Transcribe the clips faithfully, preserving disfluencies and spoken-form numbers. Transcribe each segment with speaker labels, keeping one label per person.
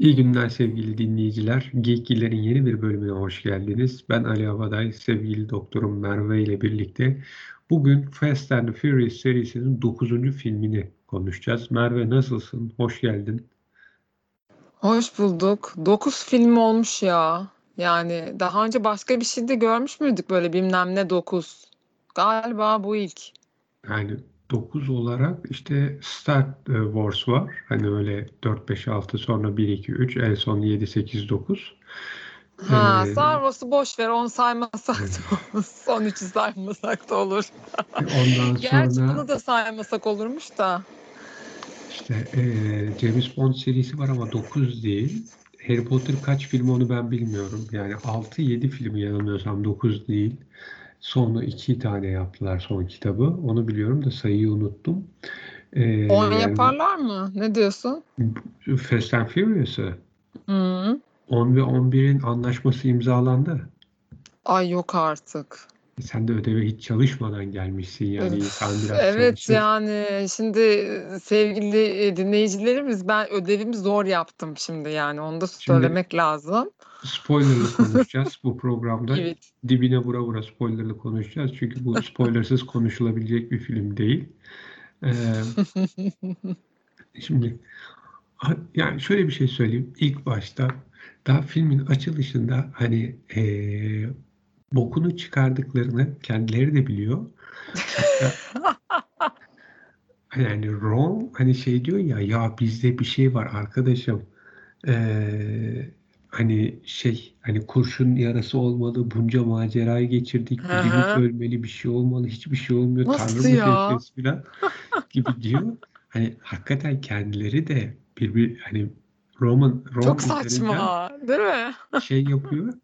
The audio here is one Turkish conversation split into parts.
Speaker 1: İyi günler sevgili dinleyiciler. Geekgiler'in yeni bir bölümüne hoş geldiniz. Ben Ali Avaday, sevgili doktorum Merve ile birlikte bugün Fast and Furious serisinin dokuzuncu filmini konuşacağız. Merve nasılsın? Hoş geldin.
Speaker 2: Hoş bulduk. Dokuz film olmuş ya. Yani daha önce başka bir şey de görmüş müydük böyle bilmem ne dokuz? Galiba bu ilk.
Speaker 1: Yani dokuz olarak işte Star Wars var. Hani öyle dört, beş, altı sonra bir, iki, üç en son yedi, sekiz, dokuz.
Speaker 2: Ha,
Speaker 1: Ee,
Speaker 2: Star Wars'u boş ver, onu saymasak da olur. Son üçü saymasak da olur.
Speaker 1: ondan
Speaker 2: Gerçi
Speaker 1: sonra
Speaker 2: bunu da saymasak olurmuş da.
Speaker 1: İşte eee, James Bond serisi var ama dokuz değil. Harry Potter kaç film onu ben bilmiyorum. Yani altı yedi filmi yanılmıyorsam dokuz değil. Sonra iki tane yaptılar son kitabı. Onu biliyorum da sayıyı unuttum. Eee,
Speaker 2: On
Speaker 1: yani
Speaker 2: yaparlar mı? Ne diyorsun?
Speaker 1: Fast and Furious'ı
Speaker 2: Hı.
Speaker 1: on ve on birin anlaşması imzalandı.
Speaker 2: Ay yok artık.
Speaker 1: E, Sen de ödeve hiç çalışmadan gelmişsin, yani insan
Speaker 2: Üf,
Speaker 1: biraz
Speaker 2: evet
Speaker 1: çalışır.
Speaker 2: yani şimdi sevgili e, dinleyicilerimiz ben ödevimi zor yaptım şimdi yani onu da
Speaker 1: Şimdi
Speaker 2: söylemek lazım.
Speaker 1: spoilerlı konuşacağız bu programda.
Speaker 2: Evet.
Speaker 1: Dibine vura vura spoilerlı konuşacağız. Çünkü bu spoilersız konuşulabilecek bir film değil. Ee, şimdi ha- yani şöyle bir şey söyleyeyim. İlk başta daha filmin açılışında hani ee, bokunu çıkardıklarını kendileri de biliyor. Hatta yani Ron hani şey diyor ya, ya bizde bir şey var arkadaşım. Ee, hani şey hani kurşun yarası olmalı, bunca macerayı geçirdik,
Speaker 2: Hı
Speaker 1: birimiz
Speaker 2: hı.
Speaker 1: ölmeli, bir şey olmalı, hiçbir şey olmuyor,
Speaker 2: Nasıl
Speaker 1: Tanrı mı
Speaker 2: ya?
Speaker 1: seveceğiz filan gibi diyor. Hani hakikaten kendileri de bir, bir hani Roman
Speaker 2: Çok
Speaker 1: Ron üzerinden
Speaker 2: saçma, değil mi?
Speaker 1: şey yapıyor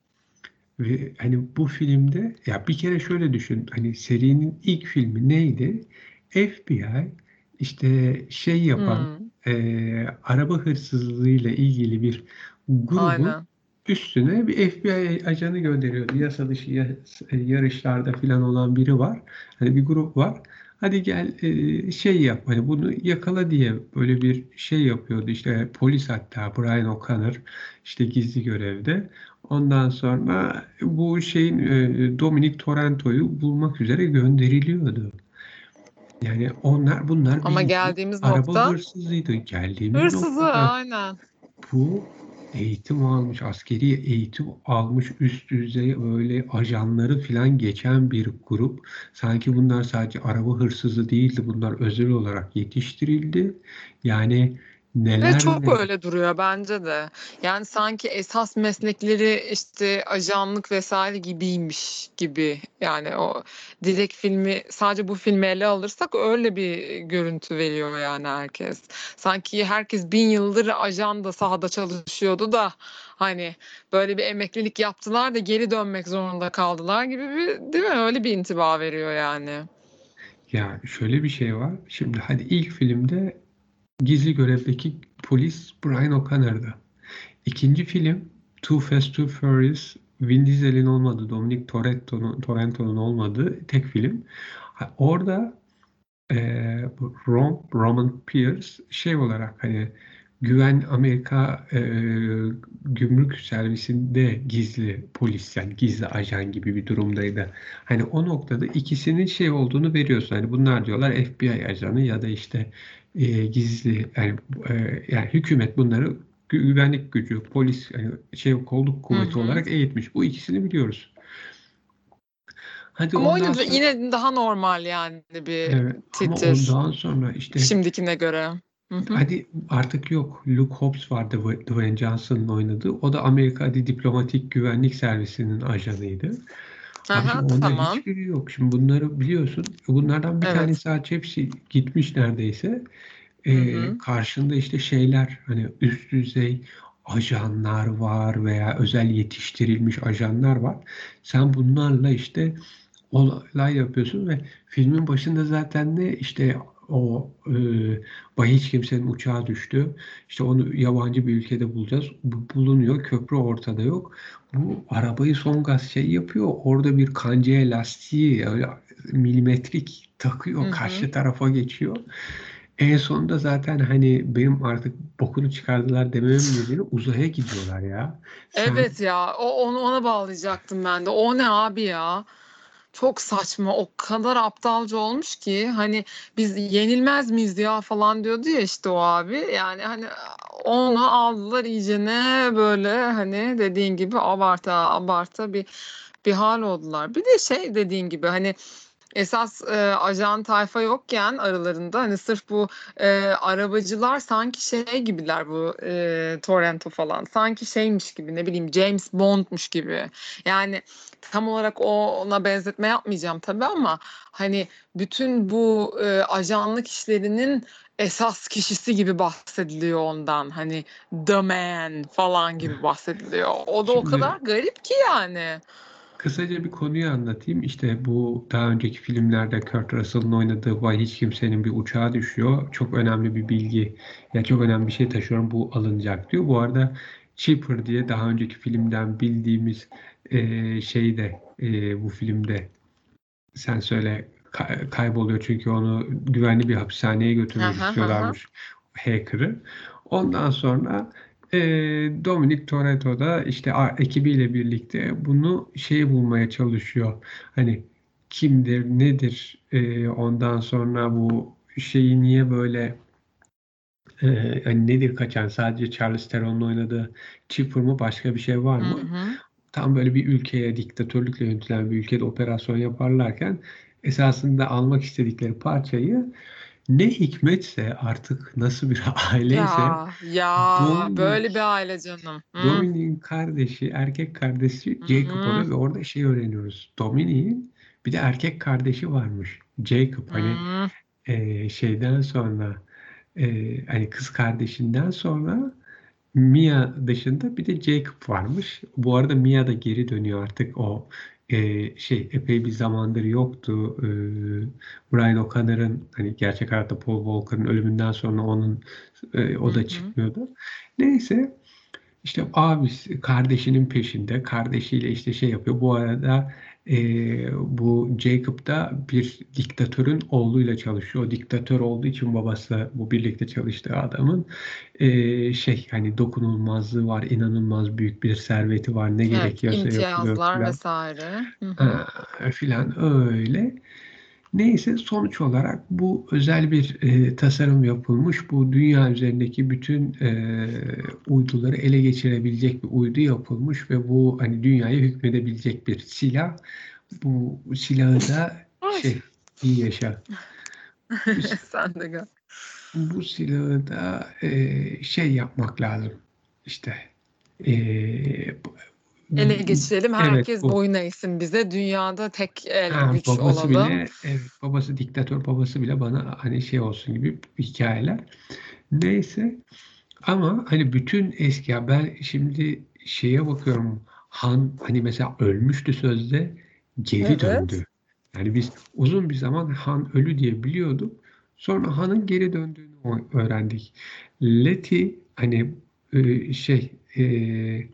Speaker 1: ve hani bu filmde ya bir kere şöyle düşün, hani serinin ilk filmi neydi? F B I işte şey yapan
Speaker 2: Hımm.
Speaker 1: e, araba hırsızlığıyla ilgili bir grubun
Speaker 2: Aynen.
Speaker 1: üstüne bir F B I ajanı gönderiyordu. Yasa dışı ya- yarışlarda falan olan biri var. Hani bir grup var. Hadi gel e, şey yap, hani bunu yakala diye böyle bir şey yapıyordu. İşte polis, hatta Brian O'Connor işte gizli görevde. Ondan sonra bu şeyin e, Dominic Toretto'yu bulmak üzere gönderiliyordu. Yani onlar bunlar
Speaker 2: Ama
Speaker 1: bildiğin
Speaker 2: geldiğimiz
Speaker 1: araba
Speaker 2: nokta
Speaker 1: hırsızıydı. Geldiğimiz
Speaker 2: hırsızı,
Speaker 1: noktada
Speaker 2: aynen.
Speaker 1: bu eğitim almış, askeri eğitim almış üst düzey böyle ajanları filan geçen bir grup. Sanki bunlar sadece araba hırsızı değildi. Bunlar özel olarak yetiştirildi. Yani
Speaker 2: Ve
Speaker 1: neler
Speaker 2: çok
Speaker 1: neler.
Speaker 2: öyle duruyor bence de. Yani sanki esas meslekleri işte ajanlık vesaire gibiymiş gibi. Yani o direkt filmi sadece bu filmi ele alırsak öyle bir görüntü veriyor yani herkes. Sanki herkes bin yıldır ajan da sahada çalışıyordu da hani böyle bir emeklilik yaptılar da geri dönmek zorunda kaldılar gibi bir, değil mi? Öyle bir intiba veriyor yani.
Speaker 1: Ya şöyle bir şey var. Şimdi hadi ilk filmde gizli görevdeki polis Brian O'Connor'dı. İkinci film Too Fast Too Furious, Vin Diesel'in olmadığı, Dominic Toretto'nun Toretto'nun olmadığı tek film. Ha, orada e, bu Rom, Roman Pierce şey olarak hani Güven Amerika e, Gümrük Servisinde gizli polis, yani gizli ajan gibi bir durumdaydı. Hani o noktada ikisinin şey olduğunu veriyorsun. Hani bunlar diyorlar F B I ajanı ya da işte e, gizli, yani, e, yani hükümet bunları gü- güvenlik gücü, polis, yani şey kolluk
Speaker 2: Hı
Speaker 1: kuvveti
Speaker 2: hı.
Speaker 1: olarak eğitmiş. Bu ikisini biliyoruz. Hadi
Speaker 2: Ama o
Speaker 1: ondan
Speaker 2: yine de,
Speaker 1: sonra
Speaker 2: yine daha normal yani bir
Speaker 1: evet, ama
Speaker 2: titir
Speaker 1: ondan sonra işte
Speaker 2: şimdikine göre. Hı hı.
Speaker 1: hadi artık yok. Luke Hobbs vardı, Dwayne Dwayne Johnson'ın oynadığı. O da Amerika Hadi Diplomatik Güvenlik Servisi'nin ajanıydı. Abi
Speaker 2: Aha,
Speaker 1: şimdi onların
Speaker 2: tamam.
Speaker 1: hiçbiri yok. Şimdi bunları biliyorsun. Bunlardan bir
Speaker 2: Evet.
Speaker 1: tanesi hariç hepsi gitmiş neredeyse.
Speaker 2: Hı
Speaker 1: Ee,
Speaker 2: hı.
Speaker 1: karşında işte şeyler, hani üst düzey ajanlar var veya özel yetiştirilmiş ajanlar var. Sen bunlarla işte olay yapıyorsun ve filmin başında zaten ne işte o e, bay hiç kimsenin uçağı düştü. İşte onu yabancı bir ülkede bulacağız. Bu bulunuyor. Köprü ortada yok. Bu arabayı son gaz şey yapıyor. Orada bir kancaya lastiği öyle milimetrik takıyor.
Speaker 2: Hı hı.
Speaker 1: Karşı tarafa geçiyor. En sonunda zaten hani benim artık bokunu çıkardılar dememin nedeni uzaya gidiyorlar ya. Sen
Speaker 2: Evet ya, o onu ona bağlayacaktım ben de. O ne abi ya? Çok saçma. O kadar aptalca olmuş ki hani biz yenilmez miyiz ya falan diyordu ya işte o abi. Yani hani onu aldılar iyicene böyle hani dediğin gibi abarta abarta bir bir hal oldular. Bir de şey dediğin gibi hani esas e, ajan tayfa yokken aralarında hani sırf bu e, arabacılar sanki şey gibiler bu e, Torrento falan sanki şeymiş gibi ne bileyim James Bond'muş gibi yani tam olarak ona benzetme yapmayacağım tabii ama hani bütün bu e, ajanlık işlerinin esas kişisi gibi bahsediliyor ondan hani The Man falan gibi bahsediliyor o da o kadar
Speaker 1: şimdi
Speaker 2: garip ki yani.
Speaker 1: kısaca bir konuyu anlatayım. İşte bu daha önceki filmlerde Kurt Russell'ın oynadığı Vay Hiç Kimsenin bir uçağı düşüyor. Çok önemli bir bilgi. Ya çok önemli bir şey taşıyorum. Bu alınacak diyor. Bu arada Cheaper diye daha önceki filmden bildiğimiz e, şey de e, bu filmde sen söyle ka- kayboluyor çünkü onu güvenli bir hapishaneye
Speaker 2: Hı
Speaker 1: götürmek
Speaker 2: hı hı hı.
Speaker 1: istiyorlarmış hacker'ı. Ondan sonra e, Dominic Toretto da işte a- ekibiyle birlikte bunu şey bulmaya çalışıyor. Hani kimdir, nedir? E, ondan sonra bu şeyi niye böyle e, hani nedir kaçan? Sadece Charlize Theron'un oynadığı Chipper mı başka bir şey var
Speaker 2: Hı
Speaker 1: mı?
Speaker 2: hı.
Speaker 1: Tam böyle bir ülkeye, diktatörlükle yönetilen bir ülkede operasyon yaparlarken esasında almak istedikleri parçayı ne hikmetse artık nasıl bir aileyse
Speaker 2: Ya ya
Speaker 1: Dominic,
Speaker 2: böyle bir aile canım. Hı
Speaker 1: Dominic'in kardeşi, erkek kardeşi Jacob
Speaker 2: hı
Speaker 1: oluyor ve orada şey öğreniyoruz. Dominic'in bir de erkek kardeşi varmış. Jacob hani
Speaker 2: hı.
Speaker 1: e, şeyden sonra e, hani kız kardeşinden sonra Mia dışında bir de Jacob varmış. Bu arada Mia da geri dönüyor artık. O e, şey epey bir zamandır yoktu. E, Brian O'Connor'ın hani gerçek hayatta Paul Walker'ın ölümünden sonra onun e,
Speaker 2: Hı
Speaker 1: o da
Speaker 2: hı.
Speaker 1: çıkmıyordu. Neyse işte abisi kardeşinin peşinde. Kardeşiyle işte şey yapıyor. Bu arada e, bu Jacob da bir diktatörün oğluyla çalışıyor. O diktatör olduğu için babası bu birlikte çalıştığı adamın e, şey hani dokunulmazlığı var. İnanılmaz büyük bir serveti var. Ne
Speaker 2: Evet,
Speaker 1: gerekiyorsa yapılıyor
Speaker 2: imtiyazlar
Speaker 1: filan.
Speaker 2: vesaire. Hı hı.
Speaker 1: Ha, filan öyle. Neyse sonuç olarak bu özel bir e, tasarım yapılmış. Bu dünya üzerindeki bütün e, uyduları ele geçirebilecek bir uydu yapılmış ve bu hani dünyaya hükmedebilecek bir silah. Bu silahı da
Speaker 2: Ay.
Speaker 1: şey iyi yaşa. Bu, si-
Speaker 2: Sen de gel.
Speaker 1: bu silahı da e, şey yapmak lazım. İşte e, bu-
Speaker 2: Ele geçirelim,
Speaker 1: evet
Speaker 2: herkes
Speaker 1: bu.
Speaker 2: boyun eğsin bize. Dünyada tek el
Speaker 1: Ha,
Speaker 2: güç
Speaker 1: babası
Speaker 2: olalım.
Speaker 1: bile evet babası diktatör babası bile bana hani şey olsun gibi hikayeler. Neyse ama hani bütün eski ya ben şimdi şeye bakıyorum Han hani mesela ölmüştü sözde geri
Speaker 2: Evet.
Speaker 1: döndü. Yani biz uzun bir zaman Han ölü diye biliyorduk. Sonra Han'ın geri döndüğünü o- öğrendik. Letty hani e, şey e,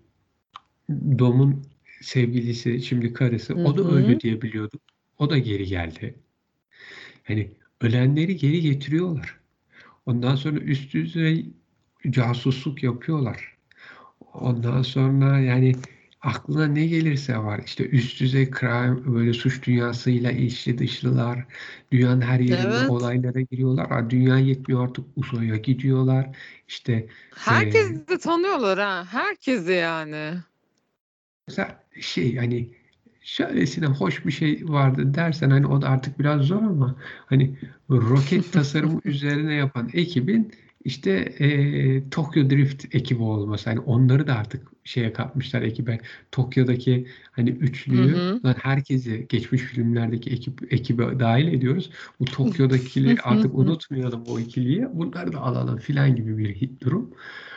Speaker 1: Dom'un sevgilisi şimdi karısı
Speaker 2: Hı
Speaker 1: o da öldü
Speaker 2: hı.
Speaker 1: diye biliyorduk. O da geri geldi. Hani ölenleri geri getiriyorlar. Ondan sonra üst düzey casusluk yapıyorlar. Ondan sonra yani aklına ne gelirse var. İşte üst düzey crime, böyle suç dünyasıyla içli dışlılar. Dünyanın her yerinde
Speaker 2: Evet.
Speaker 1: olaylara giriyorlar. Ha, dünya yetmiyor artık uzaya gidiyorlar. İşte e,
Speaker 2: Herkes de tanıyorlar ha. Herkesi yani.
Speaker 1: mesela şey hani şöylesine hoş bir şey vardı dersen hani o da artık biraz zor ama hani roket tasarımı üzerine yapan ekibin işte e, Tokyo Drift ekibi olması hani onları da artık şeye katmışlar ekibe Tokyo'daki hani
Speaker 2: Hı
Speaker 1: üçlüyü
Speaker 2: hı.
Speaker 1: lan herkesi geçmiş filmlerdeki ekip ekibe dahil ediyoruz. Bu Tokyo'dakileri artık unutmayalım o ikiliyi. Bunları da alalım filan gibi bir durum.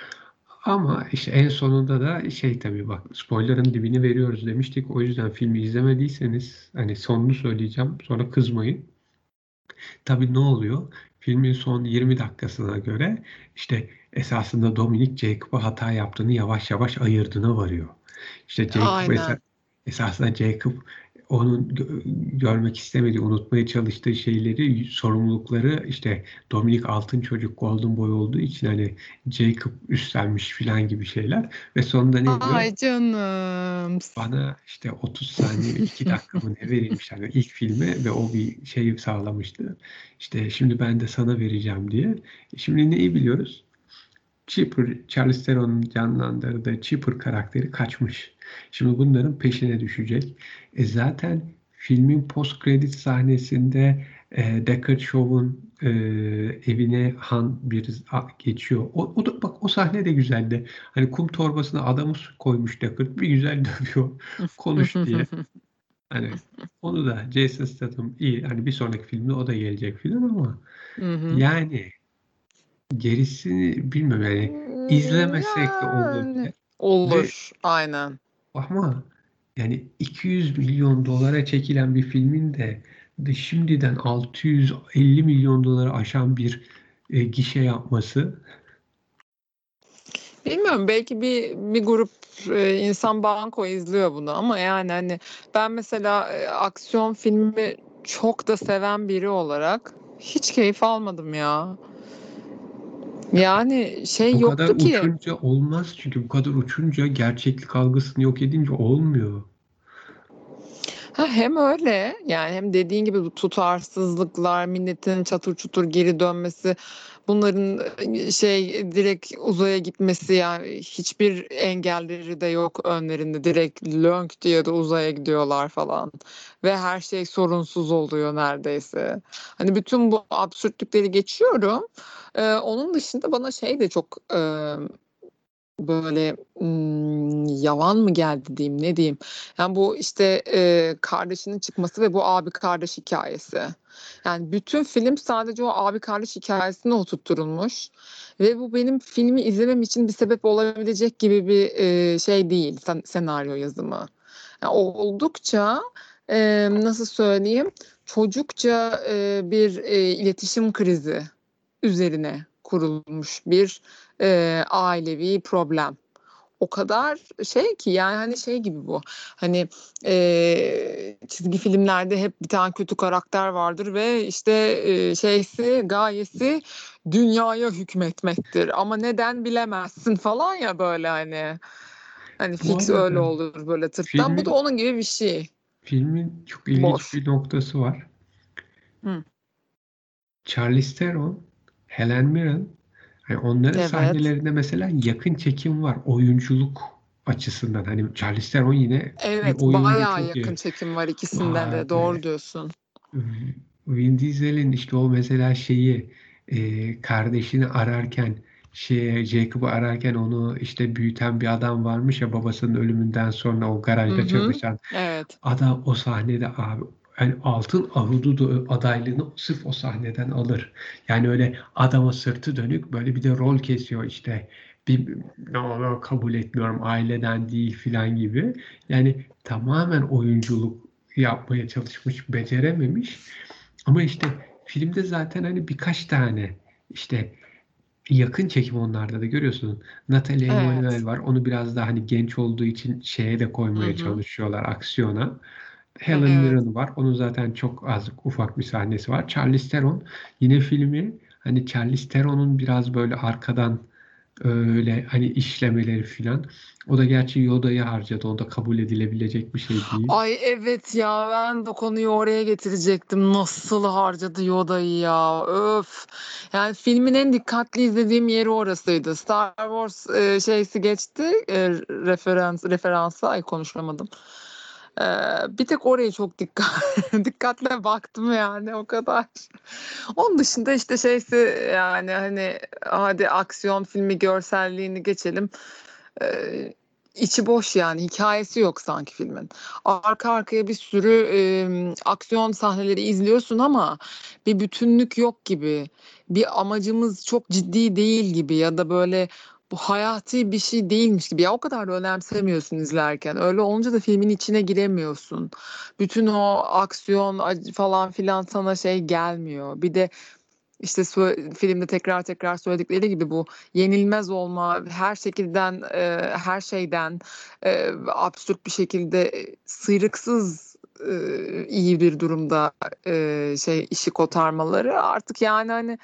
Speaker 1: Ama işte en sonunda da şey tabii bak spoiler'ın dibini veriyoruz demiştik. O yüzden filmi izlemediyseniz hani sonunu söyleyeceğim sonra kızmayın. Tabii ne oluyor? Filmin son yirmi dakikasına göre işte esasında Dominic Jacob'a hata yaptığını yavaş yavaş ayırdığına varıyor. İşte Jacob esa-
Speaker 2: Aynen.
Speaker 1: esasında Jacob onun gö- görmek istemediği, unutmaya çalıştığı şeyleri, sorumlulukları işte Dominic altın çocuk, Golden Boy olduğu için hani Jacob üstlenmiş filan gibi şeyler ve sonunda ne diyor?
Speaker 2: Ay canım.
Speaker 1: Bana işte otuz saniye mi iki dakika mı ne verilmiş hani ilk filme ve o bir şey sağlamıştı. İşte şimdi ben de sana vereceğim diye. Şimdi neyi biliyoruz? Chipper, Charlize Theron'un canlandırdığı Chipper karakteri kaçmış. Şimdi bunların peşine düşecek. E zaten filmin post credit sahnesinde e, Deckard Shaw'un e, evine Han bir geçiyor. O, o da bak o sahne de güzeldi. Hani kum torbasına adamı koymuş Deckard bir güzel dövüyor. Konuş diye. Hani onu da Jason Statham iyi. Hani bir sonraki filmde o da gelecek filan ama
Speaker 2: Hı hı.
Speaker 1: yani gerisini bilmiyorum yani
Speaker 2: Hmm,
Speaker 1: izlemesek de
Speaker 2: yani
Speaker 1: olabilir ve
Speaker 2: olur. Aynen.
Speaker 1: ama yani iki yüz milyon dolara çekilen bir filmin de, de şimdiden altı yüz elli milyon doları aşan bir e, gişe yapması
Speaker 2: Bilmiyorum, belki bir bir grup e, insan banko izliyor bunu ama yani hani ben mesela e, aksiyon filmi çok da seven biri olarak hiç keyif almadım ya.
Speaker 1: ya,
Speaker 2: Yani şey
Speaker 1: bu kadar
Speaker 2: yoktu ki.
Speaker 1: uçunca olmaz çünkü bu kadar uçunca gerçeklik algısını yok edince olmuyor.
Speaker 2: Ha, hem öyle yani hem dediğin gibi bu tutarsızlıklar, milletin çatır çutur geri dönmesi, bunların e, şey direkt uzaya gitmesi yani hiçbir engelleri de yok önlerinde. Direkt lönk diye de uzaya gidiyorlar falan ve her şey sorunsuz oluyor neredeyse. Hani bütün bu absürtlükleri geçiyorum. Ee, onun dışında bana şey de çok e, böyle ım, yavan mı geldi diyeyim ne diyeyim. Yani bu işte e, kardeşinin çıkması ve bu abi kardeş hikayesi. Yani bütün film sadece o abi kardeş hikayesine oturtturulmuş ve bu benim filmi izlemem için bir sebep olabilecek gibi bir e, şey değil sen- senaryo yazımı. Yani oldukça e, nasıl söyleyeyim çocukça e, bir e, iletişim krizi üzerine kurulmuş bir e, ailevi problem. O kadar şey ki yani hani şey gibi bu. Hani e, çizgi filmlerde hep bir tane kötü karakter vardır ve işte e, şeysi gayesi dünyaya hükmetmektir. Ama neden bilemezsin falan ya böyle hani. Hani
Speaker 1: Bu
Speaker 2: fix öyle
Speaker 1: arada
Speaker 2: olur böyle tırttan. Bu da
Speaker 1: filmin
Speaker 2: onun gibi bir şey.
Speaker 1: filmin çok ilginç
Speaker 2: Boş.
Speaker 1: bir noktası var.
Speaker 2: Hı.
Speaker 1: Charlize Theron, Helen Mirren, hani onların
Speaker 2: Evet.
Speaker 1: sahnelerinde mesela yakın çekim var oyunculuk açısından. Hani Charlize Theron yine bir
Speaker 2: Evet,
Speaker 1: oyuncu
Speaker 2: bayağı
Speaker 1: çok
Speaker 2: yakın
Speaker 1: iyi.
Speaker 2: çekim var ikisinden de.
Speaker 1: Abi,
Speaker 2: Doğru diyorsun.
Speaker 1: Vin Diesel'in işte o mesela şeyi e, kardeşini ararken şeye Jacob'u ararken onu işte büyüten bir adam varmış ya babasının ölümünden sonra o
Speaker 2: Hı
Speaker 1: garajda
Speaker 2: hı.
Speaker 1: çalışan
Speaker 2: Evet.
Speaker 1: adam o sahnede abi yani altın ahududu adaylığını sırf o sahneden alır. Yani öyle adama sırtı dönük böyle bir de rol kesiyor işte bir ne olur kabul etmiyorum aileden değil filan gibi. Yani tamamen oyunculuk yapmaya çalışmış, becerememiş. Ama işte filmde zaten hani birkaç tane işte yakın çekim onlarda da görüyorsun. Natalie Emmanuel
Speaker 2: Evet.
Speaker 1: var. Onu biraz daha hani genç olduğu için şeye de
Speaker 2: Hı
Speaker 1: koymaya
Speaker 2: hı.
Speaker 1: çalışıyorlar aksiyona. Helen
Speaker 2: Evet.
Speaker 1: Mirren var. Onun zaten çok az ufak bir sahnesi var. Charlize Theron yine filmi hani Charlize Theron'un biraz böyle arkadan öyle hani işlemeleri filan. O da gerçi Yoda'yı harcadı. O da kabul edilebilecek bir şey değil.
Speaker 2: Ay evet ya ben de konuyu oraya getirecektim. Nasıl harcadı Yoda'yı ya. Öf. Yani filmin en dikkatli izlediğim yeri orasıydı. Star Wars e, şeysi geçti. E, referans referansa ay konuşamadım. E, bir tek orayı çok dikkat dikkatle baktım yani o kadar. Onun dışında işte şeysi yani hani hadi aksiyon filmi görselliğini geçelim. Ee, içi boş yani hikayesi yok sanki filmin. Arka arkaya bir sürü e, aksiyon sahneleri izliyorsun ama bir bütünlük yok gibi. Bir amacımız çok ciddi değil gibi ya da böyle bu hayati bir şey değilmiş gibi. Ya o kadar da önemsemiyorsun izlerken. Öyle olunca da filmin içine giremiyorsun. Bütün o aksiyon ac- falan filan sana şey gelmiyor. Bir de işte sö- filmde tekrar tekrar söyledikleri gibi bu yenilmez olma, her şekilden, e, her şeyden e, absürt bir şekilde e, sıyrıksız eee, iyi bir durumda eee, şey işi kotarmaları artık yani hani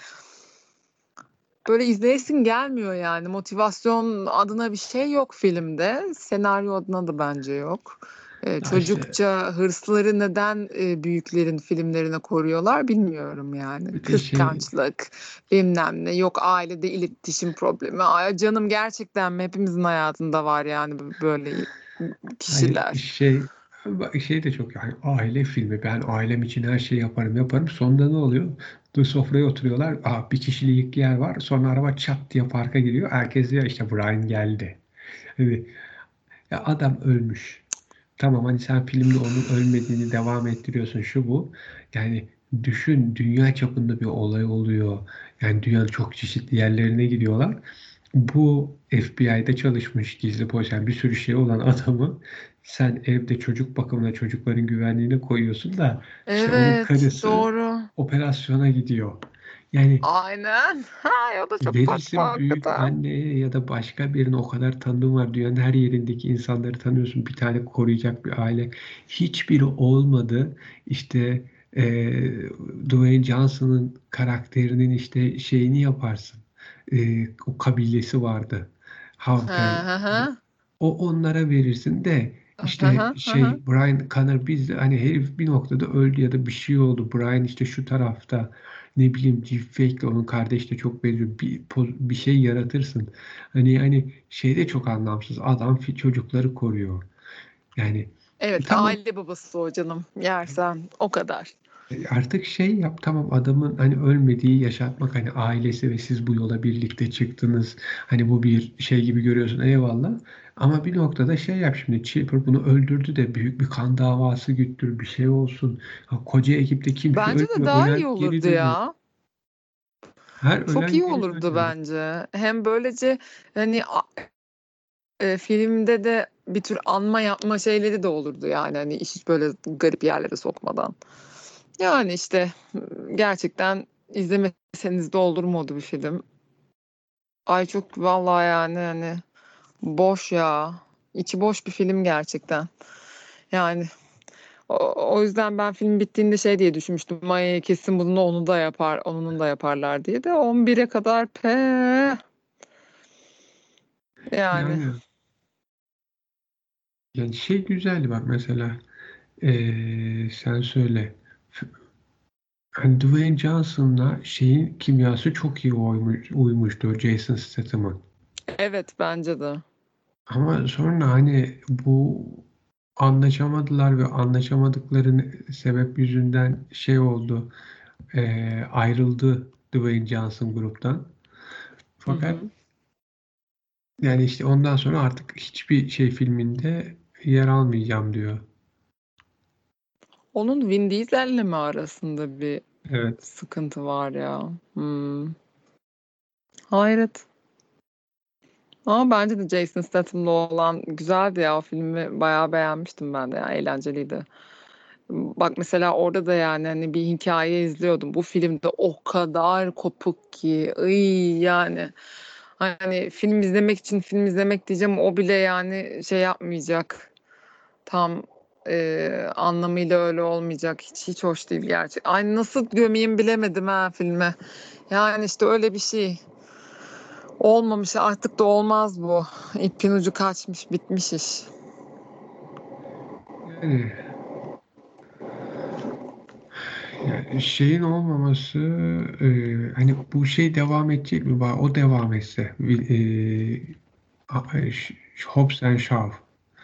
Speaker 2: böyle izleyesin gelmiyor yani. Motivasyon adına bir şey yok filmde. Senaryo adına da bence yok. Eee,
Speaker 1: Ya işte
Speaker 2: çocukça hırsları neden eee, büyüklerin filmlerine koruyorlar bilmiyorum yani.
Speaker 1: bir de şey
Speaker 2: Kıskançlık, bilmem ne. Yok ailede iletişim problemi. Ay canım gerçekten mi? Hepimizin hayatında var yani böyle
Speaker 1: hayır
Speaker 2: kişiler.
Speaker 1: şey bak şey de çok yani aile filmi. Ben ailem için her şeyi yaparım yaparım. Sonunda ne oluyor? Bu sofraya oturuyorlar. Aa, bir kişilik yer var. Sonra araba çat diye parka giriyor. Herkes diyor işte Brian geldi. Hani ya adam ölmüş. Tamam hani sen filmde onun ölmediğini devam ettiriyorsun şu bu. Yani düşün dünya çapında bir olay oluyor. Yani dünyanın çok çeşitli yerlerine gidiyorlar. Bu F B I'de çalışmış gizli polis yani bir sürü şey olan adamı sen evde çocuk bakımına çocukların güvenliğine koyuyorsun da işte onun
Speaker 2: Evet,
Speaker 1: karısı
Speaker 2: doğru.
Speaker 1: operasyona gidiyor. Yani
Speaker 2: Aynen. Ha, o da çok saçma
Speaker 1: verirsin büyük
Speaker 2: hakikaten.
Speaker 1: anneye ya da başka birine o kadar tanıdığın var. Dünyanın her yerindeki insanları tanıyorsun. Bir tane koruyacak bir aile. Hiçbiri olmadı. İşte eee Dwayne Johnson'ın karakterinin işte şeyini yaparsın. Eee, o kabilesi vardı.
Speaker 2: Hı
Speaker 1: Hawkeye.
Speaker 2: hı hı.
Speaker 1: O onlara verirsin de
Speaker 2: Hı
Speaker 1: işte
Speaker 2: hı, hı hı.
Speaker 1: şey Brian Connor biz de hani herif bir noktada öldü ya da bir şey oldu. Brian işte şu tarafta ne bileyim Deepfake'le onun kardeşi de çok benziyor. Bir, poz- bir şey yaratırsın. Hani hani şeyde çok anlamsız. Adam fi- çocukları koruyor. Yani
Speaker 2: Evet,
Speaker 1: tamam
Speaker 2: aile babası o canım. Yersen o kadar.
Speaker 1: e, artık şey yap tamam adamın hani ölmediği yaşatmak hani ailesi ve siz bu yola birlikte çıktınız. Hani bu bir şey gibi görüyorsun eyvallah. Ama bir noktada şey yap şimdi Chipper bunu öldürdü de büyük bir kan davası güttür bir şey olsun. Ha, koca ekipte kimse
Speaker 2: Bence de
Speaker 1: ölmüyor.
Speaker 2: daha iyi
Speaker 1: Ölen geri
Speaker 2: olurdu
Speaker 1: dönüyor.
Speaker 2: ya.
Speaker 1: Her
Speaker 2: Çok
Speaker 1: ölen
Speaker 2: iyi
Speaker 1: geri
Speaker 2: olurdu
Speaker 1: dönüyor.
Speaker 2: bence. Hem böylece hani a- e, filmde de bir tür anma yapma şeyleri de olurdu yani hani iş böyle garip yerlere sokmadan. Yani işte gerçekten izlemeseniz de olur mu bir film. Ay çok vallahi yani hani boş ya. İçi boş bir film gerçekten. Yani o, o yüzden ben film bittiğinde şey diye düşünmüştüm. Maya kesin bunu onu da yapar, onun da yaparlar diye de on bire kadar pe yani.
Speaker 1: Yani yani şey güzeldi bak mesela eee, sen söyle. F- Hani Dwayne Johnson'la şeyin kimyası çok iyi uymuş, uymuştu Jason Statham'ın.
Speaker 2: Evet bence de.
Speaker 1: Ama sonra hani bu anlaşamadılar ve anlaşamadıkları sebep yüzünden şey oldu. eee, ayrıldı Dwayne Johnson gruptan.
Speaker 2: Hı
Speaker 1: Fakat
Speaker 2: hı.
Speaker 1: yani işte ondan sonra artık hiçbir şey filminde yer almayacağım diyor.
Speaker 2: Onun Vin Diesel'le mi arasında bir
Speaker 1: Evet.
Speaker 2: sıkıntı var ya? Hmm. Hayret. Ama bence de Jason Statham'la olan güzeldi ya o filmi bayağı beğenmiştim ben de ya eğlenceliydi. Bak mesela orada da yani hani bir hikaye izliyordum. Bu filmde o kadar kopuk ki. Iy, yani hani film izlemek için film izlemek diyeceğim o bile yani şey yapmayacak. Tam e, anlamıyla öyle olmayacak. Hiç hiç hoş değil gerçek. Ay nasıl gömeyim bilemedim ha filme. Yani işte öyle bir şey. Olmamış artık da olmaz bu. İpin ucu kaçmış bitmiş iş.
Speaker 1: Yani, yani şeyin olmaması e, hani bu şey devam edecek mi? Ba- O devam etse e, a- Ş- Hobbs and Shaw.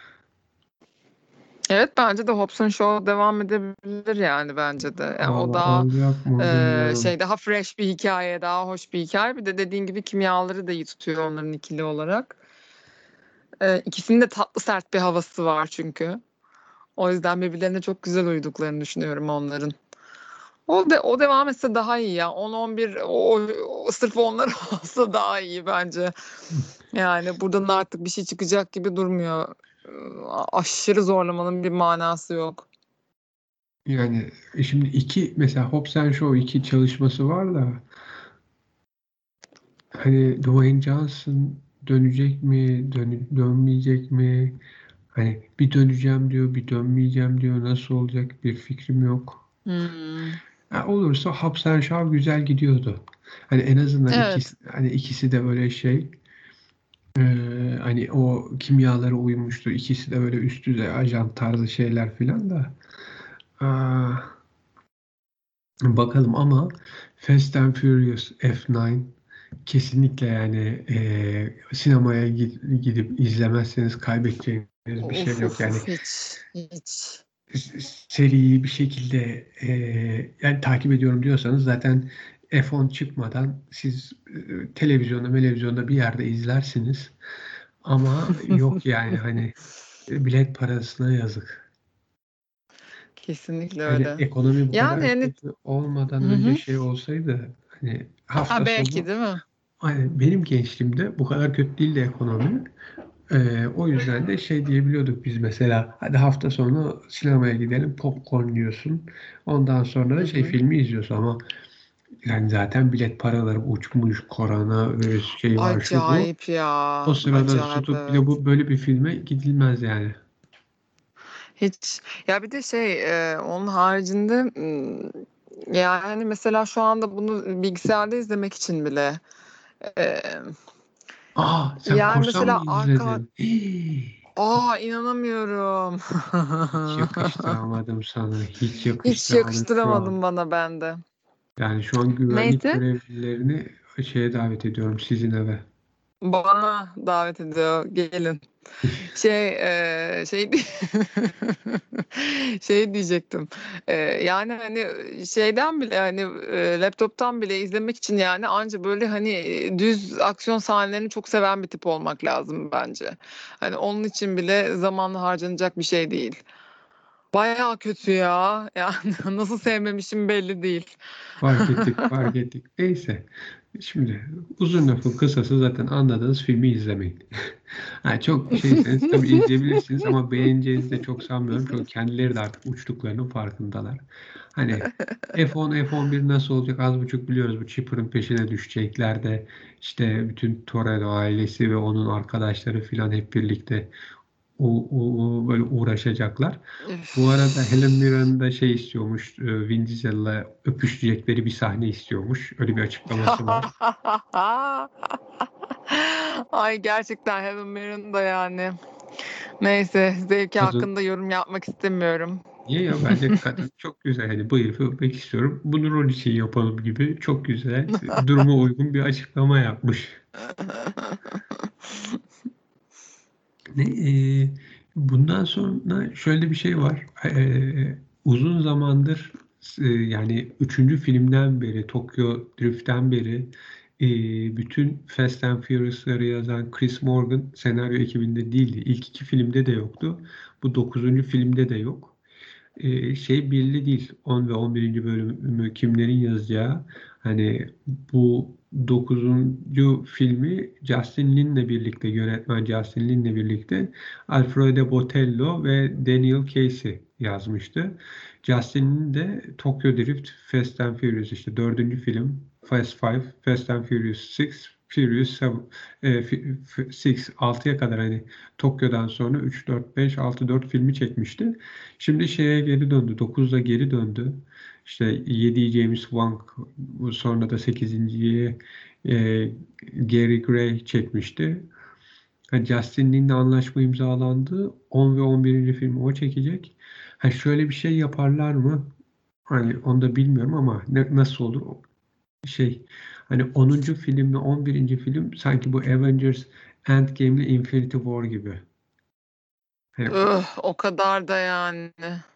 Speaker 2: Evet bence de Hobson Show devam edebilir yani bence de. Yani o
Speaker 1: Valla
Speaker 2: daha
Speaker 1: olacak mı
Speaker 2: e,
Speaker 1: bilmiyorum.
Speaker 2: şey daha fresh bir hikaye, daha hoş bir hikaye. Bir de dediğin gibi kimyaları da iyi tutuyor onların ikili olarak. E, ikisinin de tatlı sert bir havası var çünkü. O yüzden birbirlerine çok güzel uyduklarını düşünüyorum onların. O de o devam etse daha iyi ya. on on bir o, o sırf onlar olsa daha iyi bence. Yani buradan artık bir şey çıkacak gibi durmuyor. E, Aşırı zorlamanın bir manası yok.
Speaker 1: Yani e, şimdi iki mesela Hobbs and Shaw iki çalışması var da hani Dwayne Johnson dönecek mi, dön dönmeyecek mi? Hani bir döneceğim diyor, bir dönmeyeceğim diyor. Nasıl olacak bir fikrim yok.
Speaker 2: Hımm.
Speaker 1: Ha, olursa Hobbs and Shaw güzel gidiyordu. Hani en azından ikisi,
Speaker 2: Evet.
Speaker 1: hani ikisi de böyle şey, e, hani o kimyalara uymuştu. İkisi de böyle üst düzey ajan tarzı şeyler filan da. Aa, bakalım ama Fast and Furious F dokuz kesinlikle yani e, sinemaya gid- gidip izlemezseniz kaybedeceğiniz bir şey
Speaker 2: Uf,
Speaker 1: yok.
Speaker 2: uf,
Speaker 1: Yani
Speaker 2: uf, hiç, hiç.
Speaker 1: seriyi bir şekilde e, yani takip ediyorum diyorsanız zaten F on çıkmadan siz e, televizyonda, televizyonda bir yerde izlersiniz. Ama yok yani hani e, bilet parasına yazık.
Speaker 2: Kesinlikle
Speaker 1: Hani
Speaker 2: öyle.
Speaker 1: ekonomi bu
Speaker 2: Yani,
Speaker 1: kadar
Speaker 2: hani.
Speaker 1: kötü olmadan
Speaker 2: Hı
Speaker 1: önce
Speaker 2: hı.
Speaker 1: şey olsaydı hani hafta
Speaker 2: Ha, belki
Speaker 1: sonu,
Speaker 2: değil mi?
Speaker 1: hani benim gençliğimde bu kadar kötü değildi ekonomi. Ee, o yüzden de şey diyebiliyorduk biz mesela, hadi hafta sonu sinemaya gidelim, popcorn yiyorsun. Ondan sonra
Speaker 2: Hı
Speaker 1: da şey
Speaker 2: hı.
Speaker 1: filmi izliyorsun ama yani zaten bilet paraları uçmuş, korona ve şey var şu bu.
Speaker 2: Acayip ya.
Speaker 1: O sırada
Speaker 2: Acayip,
Speaker 1: tutup bir de
Speaker 2: evet.
Speaker 1: bu böyle bir filme gidilmez yani.
Speaker 2: Hiç. Ya bir de şey, eee, onun haricinde, ımm, yani mesela şu anda bunu bilgisayarda izlemek için bile, emm,
Speaker 1: Aa, sen
Speaker 2: yani
Speaker 1: korsan mı
Speaker 2: mesela arka.
Speaker 1: izledin? Hii,
Speaker 2: A! İnanamıyorum.
Speaker 1: hiç yakıştıramadım sana. Hiç
Speaker 2: Hiç
Speaker 1: yakıştıramadım şu an.
Speaker 2: yakıştıramadın bana ben de.
Speaker 1: Yani şu an güvenlik
Speaker 2: Neyse.
Speaker 1: görevlilerini şeye davet ediyorum, sizin eve.
Speaker 2: Bana davet ediyor, gelin. Şey, eee, şey di şey diyecektim, eee, yani, hani, şeyden bile, hani, eee, laptop'tan bile izlemek için, yani, anca böyle, hani, eee, düz aksiyon sahnelerini çok seven bir tip olmak lazım bence. Hani, onun için bile zamanla harcanacak bir şey değil. Bayağı kötü ya. Yani, nasıl sevmemişim belli değil.
Speaker 1: Fark ettik, fark ettik. Neyse. Şimdi uzun lafın kısası, zaten anladığınız filmi izlemeyin. Ha, çok şeyseniz tabii izleyebilirsiniz ama beğeneceğinizi de çok sanmıyorum. Çünkü kendileri de artık uçtuklarının farkındalar. Hani F on, F on bir nasıl olacak az buçuk biliyoruz. Bu Chipper'ın peşine düşecekler de işte bütün Toretto ailesi ve onun arkadaşları filan hep birlikte o, o, o böyle uğraşacaklar. Bu arada Helen
Speaker 2: Üf.
Speaker 1: Mirren'da da şey istiyormuş, e, Vin Diesel'la öpüşecekleri bir sahne istiyormuş. Öyle bir açıklaması var.
Speaker 2: Ay, gerçekten Helen Mirren da yani. Neyse, zevki
Speaker 1: Kadın,
Speaker 2: hakkında yorum yapmak istemiyorum.
Speaker 1: niye ya, bence kadın çok güzel. Hani bu herifi öpmek istiyorum. Bunu rol için yapalım gibi çok güzel, duruma uygun bir açıklama yapmış. Ne, e, bundan sonra şöyle bir şey var. E, uzun zamandır, e, yani üçüncü filmden beri, Tokyo Drift'ten beri e, bütün Fast and Furious'ları yazan Chris Morgan senaryo ekibinde değildi. İlk iki filmde de yoktu. Bu dokuzuncu filmde de yok. E, şey belli değil. on ve on birinci bölümü kimlerin yazacağı. Hani bu dokuzuncu filmi Justin Lin'le birlikte, yönetmen Justin Lin'le birlikte Alfredo Botello ve Daniel Casey yazmıştı. Justin Lin de Tokyo Drift, Fast and Furious, işte dördüncü film, Fast Five, Fast and Furious Six, Furious Seven, e, F- F- Six, altıya kadar, hani Tokyo'dan sonra üç, dört, beş, altı, dört filmi çekmişti. Şimdi şeye geri döndü. dokuzda geri döndü. İşte yedi James Wong, bu sonra da sekizinciyi e, Gary Gray çekmişti. Ha, Justin Lin'le anlaşma imzalandı. on ve on birinci filmi o çekecek. Ha, şöyle bir şey yaparlar mı? Hani onu da bilmiyorum ama ne, nasıl olur? Şey, hani onuncu film ve on birinci film sanki bu Avengers Endgame ile Infinity War gibi. Hani,
Speaker 2: Öh, o kadar da yani.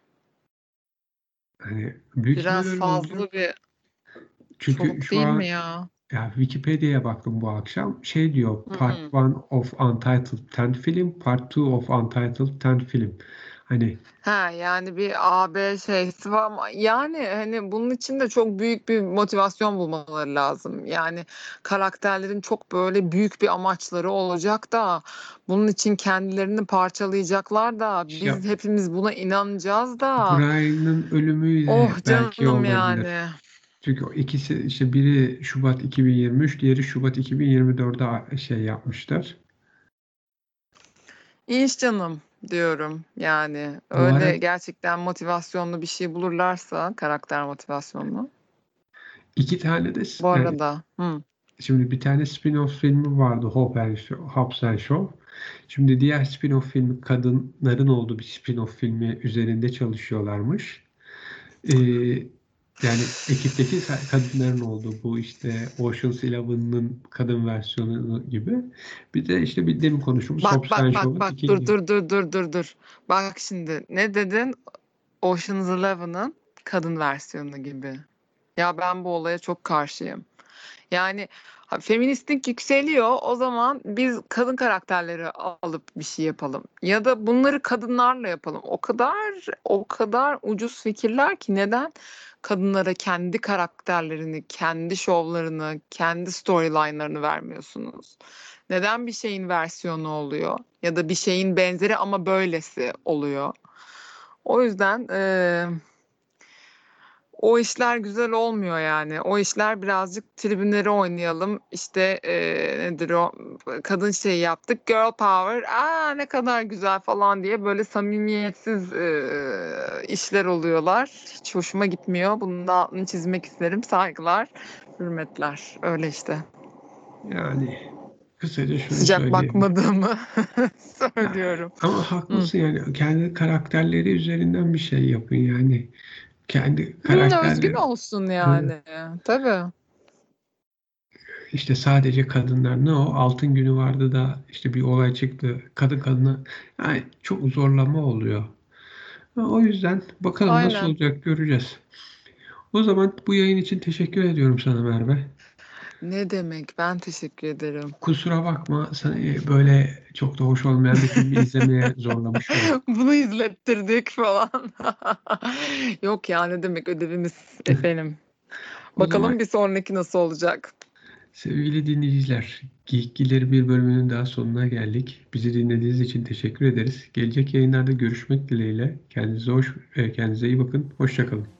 Speaker 1: hani büyük ihtimal
Speaker 2: Biraz
Speaker 1: öyle olacak.
Speaker 2: fazla bir
Speaker 1: Çünkü
Speaker 2: çok
Speaker 1: şu
Speaker 2: değil mi
Speaker 1: an,
Speaker 2: ya?
Speaker 1: ya Wikipedia'ya baktım bu akşam. Şey diyor, Part
Speaker 2: Hımm.
Speaker 1: one of Untitled on film, Part two of Untitled on film. Hani
Speaker 2: Ha, yani bir A, B şeysi var ama yani, hani, bunun için de çok büyük bir motivasyon bulmaları lazım. Yani karakterlerin çok böyle büyük bir amaçları olacak da bunun için kendilerini parçalayacaklar da
Speaker 1: işte
Speaker 2: biz hepimiz buna inanacağız da.
Speaker 1: Brian'ın
Speaker 2: Oh,
Speaker 1: ölümüyle belki
Speaker 2: canım
Speaker 1: olabilir.
Speaker 2: yani.
Speaker 1: Çünkü o ikisi, işte biri Şubat iki bin yirmi üç, diğeri Şubat iki bin yirmi dörde şey yapmışlar.
Speaker 2: İyi iş canım. diyorum. Yani
Speaker 1: Bu ara
Speaker 2: öyle gerçekten motivasyonlu bir şey bulurlarsa, karakter motivasyonlu.
Speaker 1: iki tane de s-
Speaker 2: Bu
Speaker 1: yani
Speaker 2: arada hı.
Speaker 1: şimdi bir tane spin-off filmi vardı, Hobbs and Shaw. Hobbs and Shaw. Şimdi diğer spin-off filmi kadınların olduğu bir spin-off filmi üzerinde çalışıyorlarmış. Ee, yani ekipteki sa- kadınların olduğu bu işte Ocean's Eleven'ın kadın versiyonu gibi. Bir de işte bir demin konuştuğumuz
Speaker 2: Bak
Speaker 1: Hobbs
Speaker 2: bak
Speaker 1: and
Speaker 2: bak
Speaker 1: Shaw'ın
Speaker 2: bak dur
Speaker 1: ikinci.
Speaker 2: dur dur dur dur dur. Bak şimdi ne dedin? Ocean's Eleven'ın kadın versiyonu gibi. Ya ben bu olaya çok karşıyım. Yani ha, feministlik yükseliyor. O zaman biz kadın karakterleri alıp bir şey yapalım. Ya da bunları kadınlarla yapalım. O kadar o kadar ucuz fikirler ki neden kadınlara kendi karakterlerini, kendi şovlarını, kendi storyline'larını vermiyorsunuz? Neden bir şeyin versiyonu oluyor? Ya da bir şeyin benzeri ama böylesi oluyor? O yüzden eee o işler güzel olmuyor yani. O işler birazcık tribünleri oynayalım. İşte eee, nedir o? Kadın şeyi yaptık. Girl power. Aa ne kadar güzel falan diye böyle samimiyetsiz eee, işler oluyorlar. Hiç hoşuma gitmiyor. Bunun da altını çizmek isterim. Saygılar, hürmetler. Öyle işte.
Speaker 1: Yani kısaca şunu
Speaker 2: Sıcak
Speaker 1: söyleyebilirim.
Speaker 2: bakmadığımı
Speaker 1: Ya,
Speaker 2: söylüyorum.
Speaker 1: ama
Speaker 2: Hı.
Speaker 1: haklısın, yani kendi karakterleri üzerinden bir şey yapın yani. Kendi
Speaker 2: Hı, özgün
Speaker 1: karakterleri
Speaker 2: olsun
Speaker 1: hı,
Speaker 2: yani. Tabii.
Speaker 1: işte sadece kadınlar, ne o altın günü vardı da işte bir olay çıktı kadın kadına, yani çok zorlama oluyor. Ha, o yüzden bakalım nasıl
Speaker 2: Aynen.
Speaker 1: olacak, göreceğiz. O zaman bu yayın için teşekkür ediyorum sana Merve.
Speaker 2: Ne demek? Ben teşekkür ederim.
Speaker 1: Kusura bakma, seni böyle çok da hoş olmayan bir filmi izlemeye zorlamış olduk.
Speaker 2: Bunu izlettirdik falan. Yok ya ne demek ödevimiz efendim.
Speaker 1: O zaman
Speaker 2: Bakalım bir sonraki nasıl olacak.
Speaker 1: sevgili dinleyiciler, Geekgileri bir bölümünün daha sonuna geldik. Bizi dinlediğiniz için teşekkür ederiz. Gelecek yayınlarda görüşmek dileğiyle. Kendinize hoş, e, kendinize iyi bakın. Hoşça kalın.